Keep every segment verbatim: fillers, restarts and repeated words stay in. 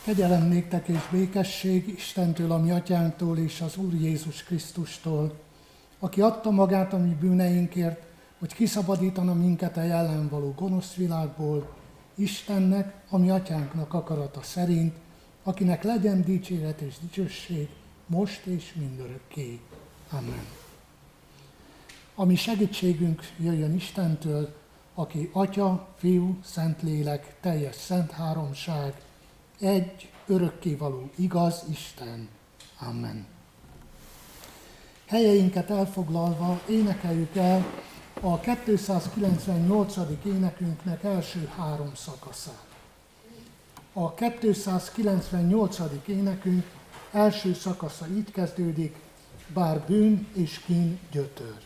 Kegyelem néktek és békesség Istentől, a mi atyánktól és az Úr Jézus Krisztustól, aki adta magát a mi bűneinkért, hogy kiszabadítana minket a jelen való gonosz világból, Istennek, a mi atyánknak akarata szerint, akinek legyen dicséret és dicsőség, most és mindörökké. Amen. A mi segítségünk jöjjön Istentől, aki Atya, Fiú, Szentlélek, teljes szent háromság, egy örökkévaló igaz Isten. Amen. Helyeinket elfoglalva énekeljük el a kétszázkilencvennyolcadik énekünknek első három szakaszát. A kétszázkilencvennyolcadik énekünk első szakasza így kezdődik: bár bűn és kín gyötör.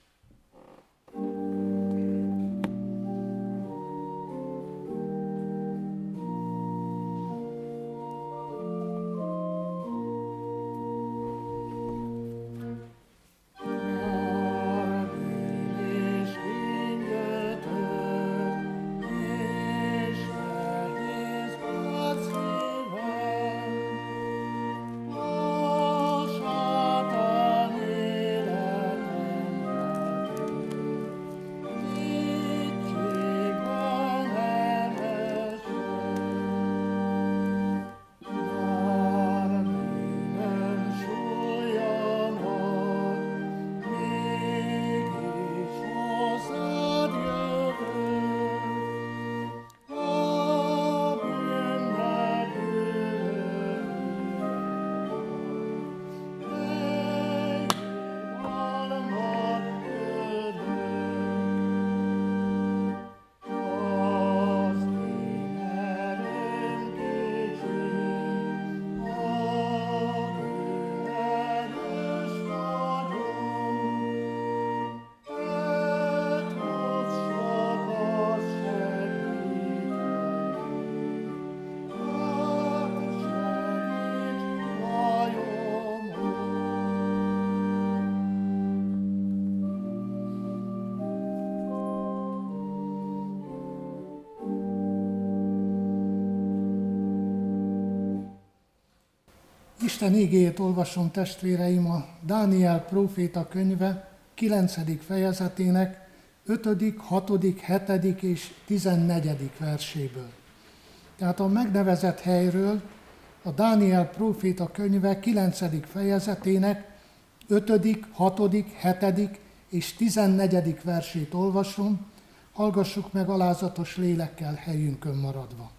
Isten igéjét olvasom, testvéreim, a Dániel próféta könyve kilencedik fejezetének ötödik, hatodik, hetedik és tizennegyedik verséből. Tehát a megnevezett helyről a Dániel próféta könyve kilencedik fejezetének ötödik, hatodik, hetedik és tizennegyedik versét olvasom, hallgassuk meg alázatos lélekkel helyünkön maradva.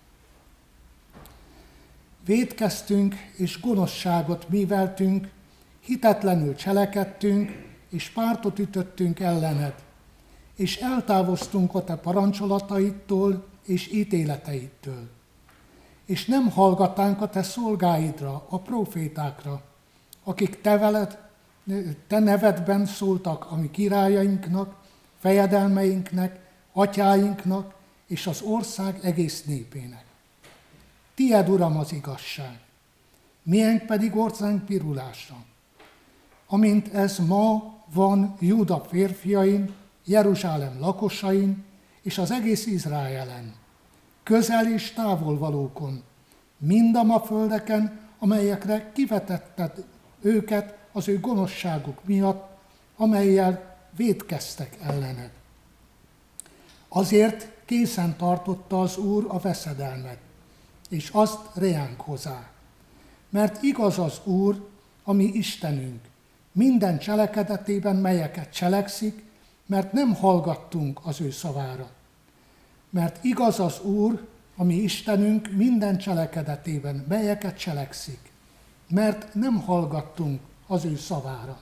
Vétkeztünk és gonoszságot műveltünk, hitetlenül cselekedtünk, és pártot ütöttünk ellened, és eltávoztunk a te parancsolataidtól és ítéleteidtől. És nem hallgattánk a te szolgáidra, a prófétákra, akik te, veled, te nevedben szóltak a mi királyainknak, fejedelmeinknek, atyáinknak és az ország egész népének. Tied, Uram, az igazság, miénk pedig orszánk pirulása. Amint ez ma van Júda férfiain, Jeruzsálem lakosain és az egész Izraelen, közel és távol valókon, mind a ma földeken, amelyekre kivetetted őket az ő gonoszságuk miatt, amellyel vétkeztek ellened. Azért készen tartotta az Úr a veszedelmet, és azt reánk hozzá. Mert igaz az Úr, a mi Istenünk, minden cselekedetében, melyeket cselekszik, mert nem hallgattunk az ő szavára. Mert igaz az Úr, a mi Istenünk, minden cselekedetében, melyeket cselekszik, mert nem hallgattunk az ő szavára.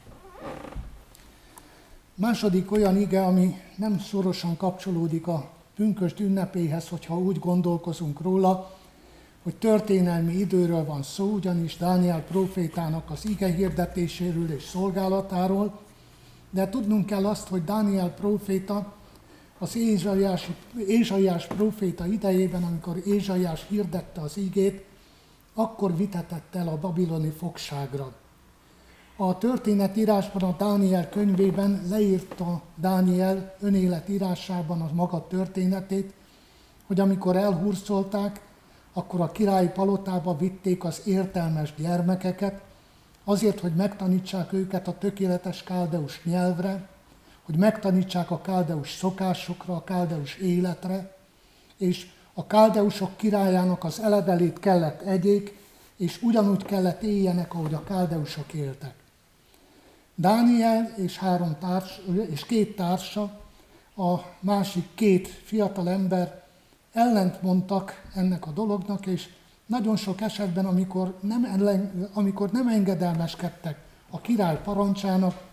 Második olyan ige, ami nem szorosan kapcsolódik a pünkösd ünnepéhez, hogyha úgy gondolkozunk róla, hogy történelmi időről van szó, ugyanis Dániel prófétának az ige hirdetéséről és szolgálatáról, de tudnunk kell azt, hogy Dániel próféta az Ézsaiás, Ézsaiás próféta idejében, amikor Ézsaiás hirdette az igét, akkor vitetett el a babiloni fogságra. A történetírásban, a Dániel könyvében leírta Dániel önéletírásában a maga történetét, hogy amikor elhurcolták, akkor a királyi palotába vitték az értelmes gyermekeket, azért, hogy megtanítsák őket a tökéletes káldeus nyelvre, hogy megtanítsák a káldeus szokásokra, a káldeus életre, és a káldeusok királyának az eledelét kellett egyék, és ugyanúgy kellett éljenek, ahogy a káldeusok éltek. Dániel és, három társ, és két társa, a másik két fiatal ember ellent mondtak ennek a dolognak, és nagyon sok esetben, amikor nem, ellen, amikor nem engedelmeskedtek a király parancsának,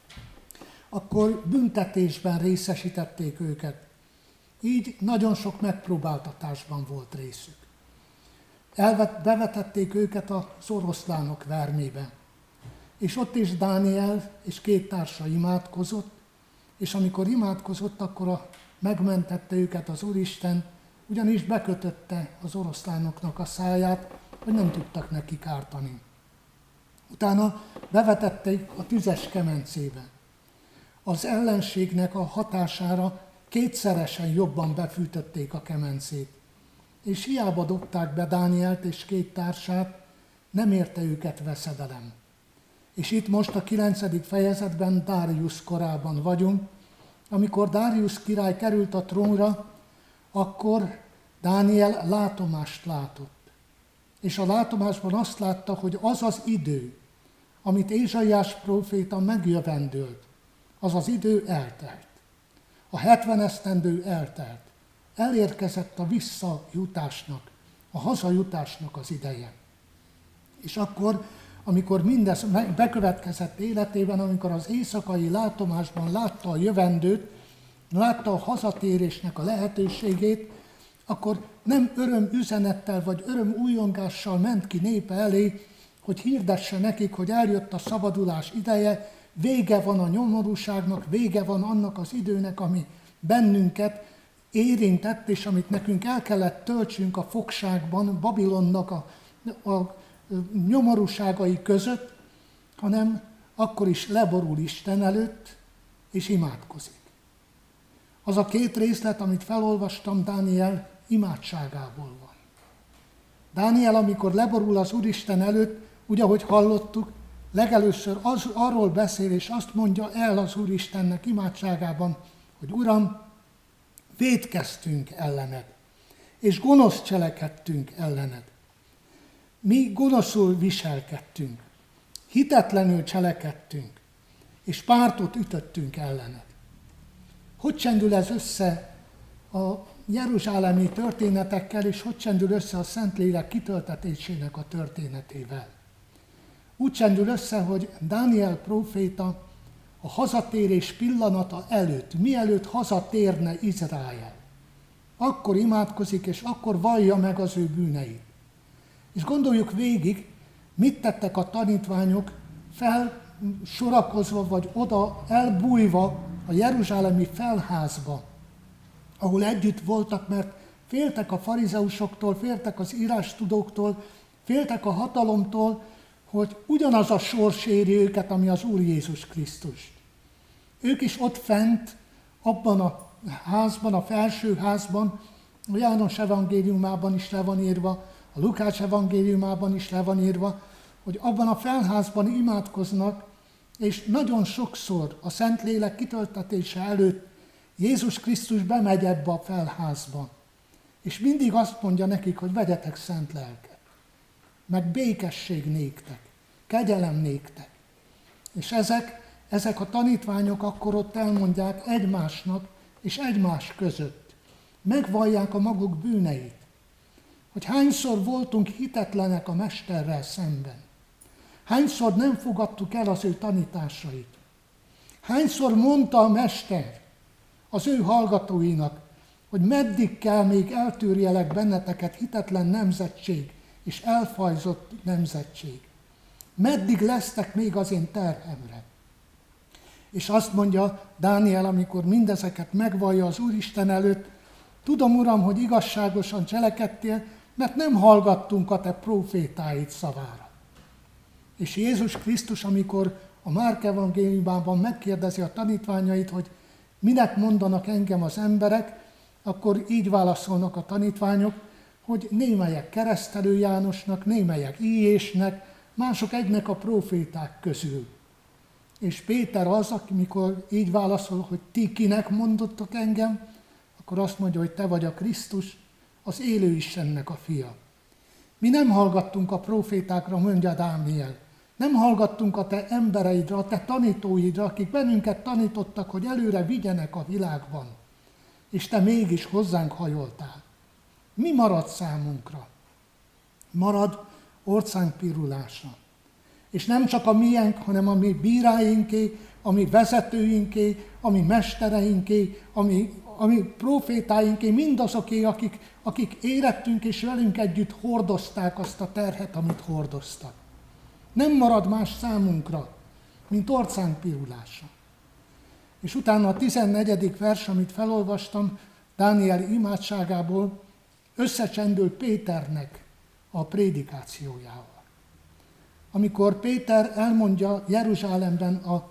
akkor büntetésben részesítették őket. Így nagyon sok megpróbáltatásban volt részük. Elvet, bevetették őket az oroszlánok vermébe. És ott is Dániel és két társa imádkozott, és amikor imádkozott, akkor a, megmentette őket az Úristen, ugyanis bekötötte az oroszlánoknak a száját, hogy nem tudtak nekik ártani. Utána bevetették a tüzes kemencébe. Az ellenségnek a hatására kétszeresen jobban befűtötték a kemencét, és hiába dobták be Dánielt és két társát, nem érte őket veszedelem. És itt most a kilencedik fejezetben Dáriusz korában vagyunk. Amikor Dáriusz király került a trónra, akkor Dániel látomást látott. És a látomásban azt látta, hogy az az idő, amit Ézsaiás próféta megjövendőlt, az az idő eltelt. A hetven esztendő eltelt. Elérkezett a visszajutásnak, a hazajutásnak az ideje. És akkor, amikor mindez bekövetkezett életében, amikor az éjszakai látomásban látta a jövendőt, látta a hazatérésnek a lehetőségét, akkor nem örömüzenettel vagy örömújongással ment ki népe elé, hogy hirdesse nekik, hogy eljött a szabadulás ideje, vége van a nyomorúságnak, vége van annak az időnek, ami bennünket érintett, és amit nekünk el kellett töltsünk a fogságban, Babilonnak a, a nyomorúságai között, hanem akkor is leborul Isten előtt, és imádkozik. Az a két részlet, amit felolvastam, Dániel imádságából van. Dániel, amikor leborul az Úristen előtt, úgy, ahogy hallottuk, legelőször az, arról beszél, és azt mondja el az Úristennek imádságában, hogy Uram, vétkeztünk ellened, és gonosz cselekedtünk ellened. Mi gonoszul viselkedtünk, hitetlenül cselekedtünk, és pártot ütöttünk ellened. Hogy csendül ez össze a jeruzsálemi történetekkel, és hogy csendül össze a Szentlélek kitöltetésének a történetével? Úgy csendül össze, hogy Dániel próféta a hazatérés pillanata előtt, mielőtt hazatérne Izrael, akkor imádkozik, és akkor vallja meg az ő bűneit. És gondoljuk végig, mit tettek a tanítványok felsorakozva, vagy oda elbújva a jeruzsálemi felházba, ahol együtt voltak, mert féltek a farizeusoktól, féltek az írástudóktól, féltek a hatalomtól, hogy ugyanaz a sors éri őket, ami az Úr Jézus Krisztus. Ők is ott fent, abban a házban, a felső házban, a János evangéliumában is le van írva, a Lukács evangéliumában is le van írva, hogy abban a felházban imádkoznak, és nagyon sokszor a Szentlélek kitöltetése előtt Jézus Krisztus bemegy ebbe a felházba, és mindig azt mondja nekik, hogy vegyetek szent lelket, meg békesség néktek, kegyelem néktek. És ezek, ezek a tanítványok akkor ott elmondják egymásnak és egymás között. Megvallják a maguk bűneit. Hogy hányszor voltunk hitetlenek a Mesterrel szemben. Hányszor nem fogadtuk el az ő tanításait. Hányszor mondta a Mester az ő hallgatóinak, hogy meddig kell még eltűrjelek benneteket hitetlen nemzetség és elfajzott nemzetség. Meddig lesztek még az én terhemre? És azt mondja Dániel, amikor mindezeket megvallja az Úristen előtt, tudom, Uram, hogy igazságosan cselekedtél, mert nem hallgattunk a te prófétáid szavára. És Jézus Krisztus, amikor a Márk evangéliumában megkérdezi a tanítványait, hogy minek mondanak engem az emberek, akkor így válaszolnak a tanítványok, hogy némelyek Keresztelő Jánosnak, némelyek Illésnek, mások egynek a próféták közül. És Péter az, amikor így válaszol, hogy ti kinek mondottak engem, akkor azt mondja, hogy te vagy a Krisztus, az élő Istennek a fia. Mi nem hallgattunk a prófétákra, mondja Dániel. Nem hallgattunk a te embereidre, a te tanítóidra, akik bennünket tanítottak, hogy előre vigyenek a világban. És te mégis hozzánk hajoltál. Mi marad számunkra? Marad orcánk pirulása. És nem csak a miénk, hanem a mi bíráinké, a mi vezetőinké, a mi mestereinké, a mi, a mi profétáinké, mindazoké, akik, akik érettünk és velünk együtt hordozták azt a terhet, amit hordoztak. Nem marad más számunkra, mint orcánk pirulása. És utána a tizennegyedik vers, amit felolvastam Dániel imádságából, összecsendül Péternek a prédikációjával. Amikor Péter elmondja Jeruzsálemben a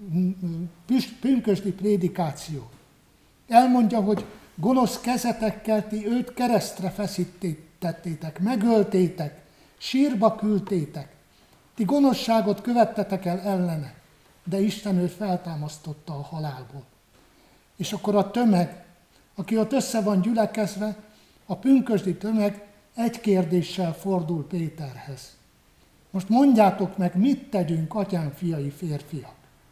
pünkösdi prédikációt, elmondja, hogy gonosz kezetekkel ti őt keresztre feszítettétek, megöltétek, sírba küldtétek, ti gonoszságot követtetek el ellene, de Isten őt feltámasztotta a halálból. És akkor a tömeg, aki ott össze van gyülekezve, a pünkösdi tömeg egy kérdéssel fordul Péterhez. Most mondjátok meg, mit tegyünk, atyám fiai férfiak?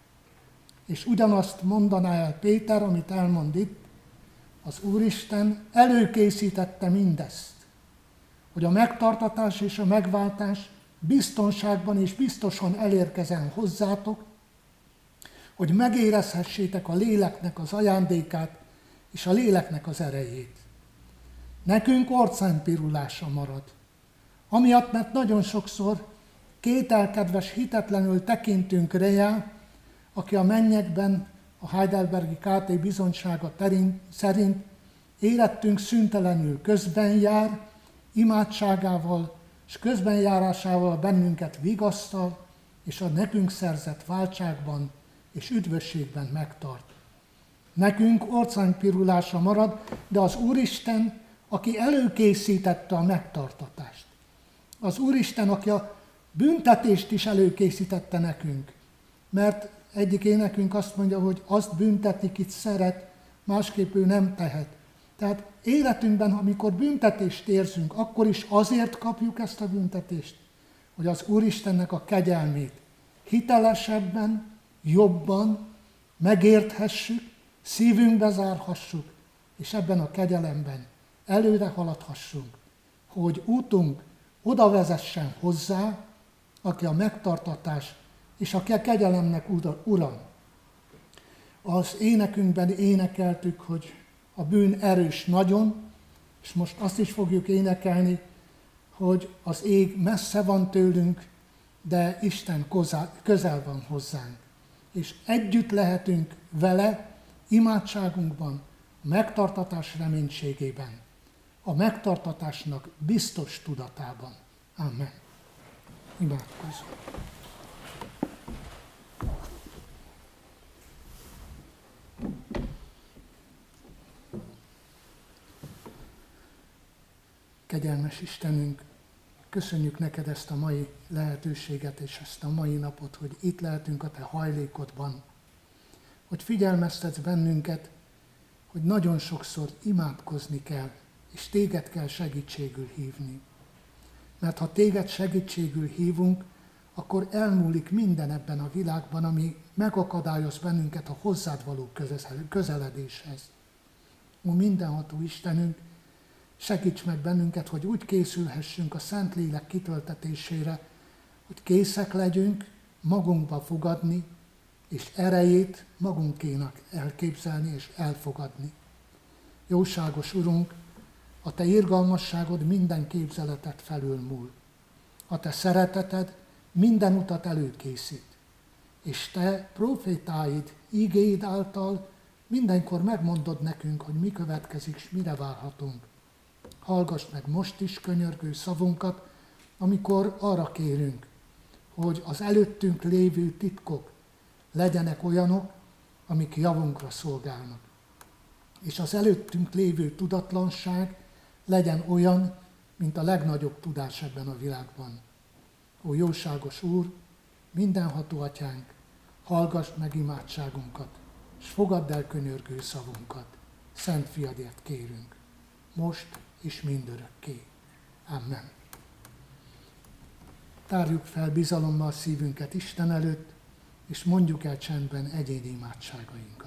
És ugyanazt mondaná el Péter, amit elmond itt, az Úristen előkészítette mindezt, hogy a megtartatás és a megváltás biztonságban és biztosan elérkezzen hozzátok, hogy megérezhessétek a léleknek az ajándékát és a léleknek az erejét. Nekünk orcánpirulása marad, amiatt, mert nagyon sokszor kételkedves, hitetlenül tekintünk rá, aki a mennyekben a Heidelbergi ká té bizonysága szerint életünk szüntelenül közben jár, imádságával és közbenjárásával bennünket vigasztal, és a nekünk szerzett váltságban és üdvösségben megtart. Nekünk orcánpirulása marad, de az Úristen, aki előkészítette a megtartatást. Az Úristen, aki a büntetést is előkészítette nekünk, mert egyik énekünk azt mondja, hogy azt bünteti, kit szeret, másképp ő nem tehet. Tehát életünkben, amikor büntetést érzünk, akkor is azért kapjuk ezt a büntetést, hogy az Úristennek a kegyelmét hitelesebben, jobban megérthessük, szívünkbe zárhassuk, és ebben a kegyelemben előre haladhassunk, hogy útunk oda vezessen hozzá, aki a megtartatás és aki a kegyelemnek ura. Az énekünkben énekeltük, hogy a bűn erős nagyon, és most azt is fogjuk énekelni, hogy az ég messze van tőlünk, de Isten közel van hozzánk. És együtt lehetünk vele imádságunkban, a megtartatás reménységében, a megtartatásnak biztos tudatában. Amen. Imádkozzunk. Kegyelmes Istenünk, köszönjük neked ezt a mai lehetőséget és ezt a mai napot, hogy itt lehetünk a te hajlékodban, hogy figyelmeztetsz bennünket, hogy nagyon sokszor imádkozni kell, és téged kell segítségül hívni. Mert ha téged segítségül hívunk, akkor elmúlik minden ebben a világban, ami megakadályoz bennünket a hozzád való közeledéshez. Ó, mindenható Istenünk, segíts meg bennünket, hogy úgy készülhessünk a Szentlélek kitöltetésére, hogy készek legyünk magunkba fogadni, és erejét magunkénak elképzelni és elfogadni. Jóságos Urunk, a te irgalmasságod minden képzeletet felülmúl. A te szereteted minden utat előkészít. És te profétáid, ígéid által mindenkor megmondod nekünk, hogy mi következik, és mire várhatunk. Hallgass meg most is könyörgő szavunkat, amikor arra kérünk, hogy az előttünk lévő titkok legyenek olyanok, amik javunkra szolgálnak. És az előttünk lévő tudatlanság legyen olyan, mint a legnagyobb tudás ebben a világban. Ó jóságos Úr, mindenható Atyánk, hallgass meg imádságunkat, s fogadd el könyörgő szavunkat. Szent Fiadért kérünk, most és mindörökké. Amen. Tárjuk fel bizalommal szívünket Isten előtt, és mondjuk el csendben egyéni imádságainkat.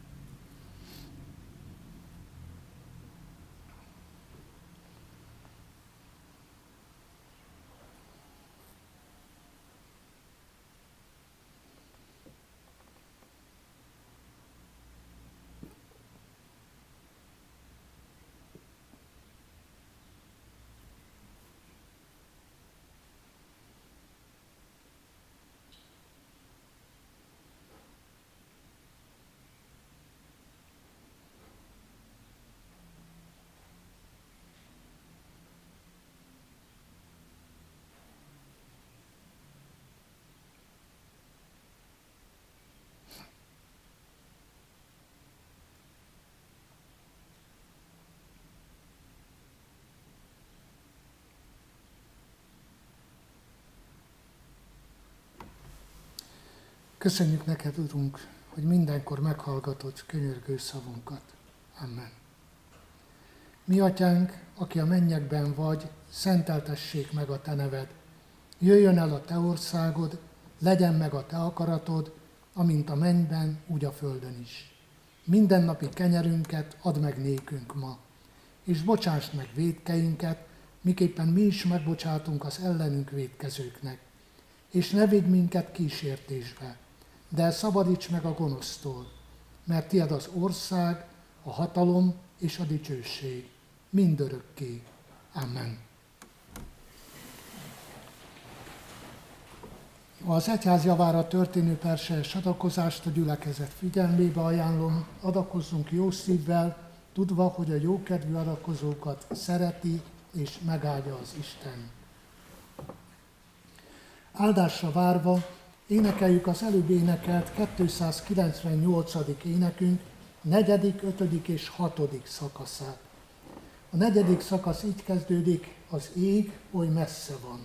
Köszönjük neked, Urunk, hogy mindenkor meghallgatod könyörgő szavunkat. Amen. Mi Atyánk, aki a mennyekben vagy, szenteltessék meg a te neved. Jöjjön el a te országod, legyen meg a te akaratod, amint a mennyben, úgy a földön is. Mindennapi kenyerünket add meg nékünk ma, és bocsásd meg vétkeinket, miképpen mi is megbocsátunk az ellenünk vétkezőknek. És ne vigy minket kísértésbe, de szabadíts meg a gonosztól, mert tied az ország, a hatalom és a dicsőség mindörökké. Amen. Az egyház javára történő perses adakozást a gyülekezet figyelmébe ajánlom. Adakozzunk jó szívvel, tudva, hogy a jókedvű adakozókat szereti és megáldja az Isten. Áldásra várva énekeljük az előbb énekelt kétszázkilencvennyolcadik énekünk negyedik, ötödik és hatodik szakaszát. A negyedik szakasz így kezdődik: az ég oly messze van.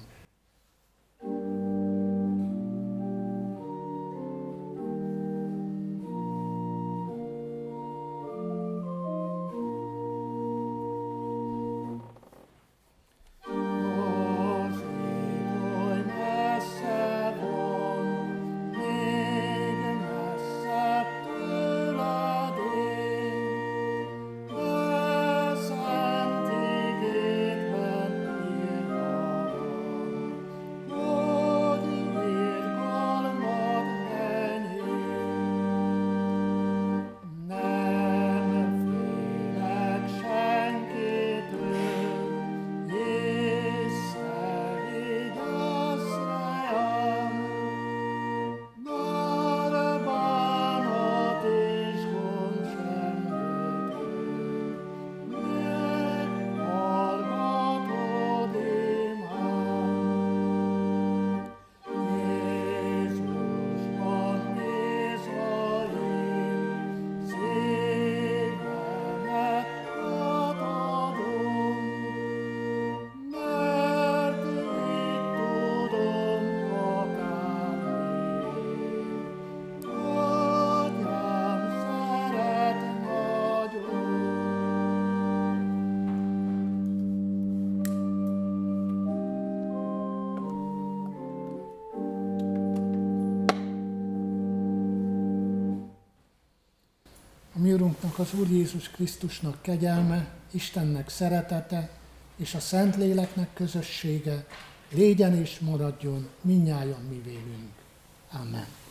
A mi Urunknak, az Úr Jézus Krisztusnak kegyelme, Istennek szeretete és a Szentléleknek közössége légyen és maradjon mindnyájan mi vélünk. Amen.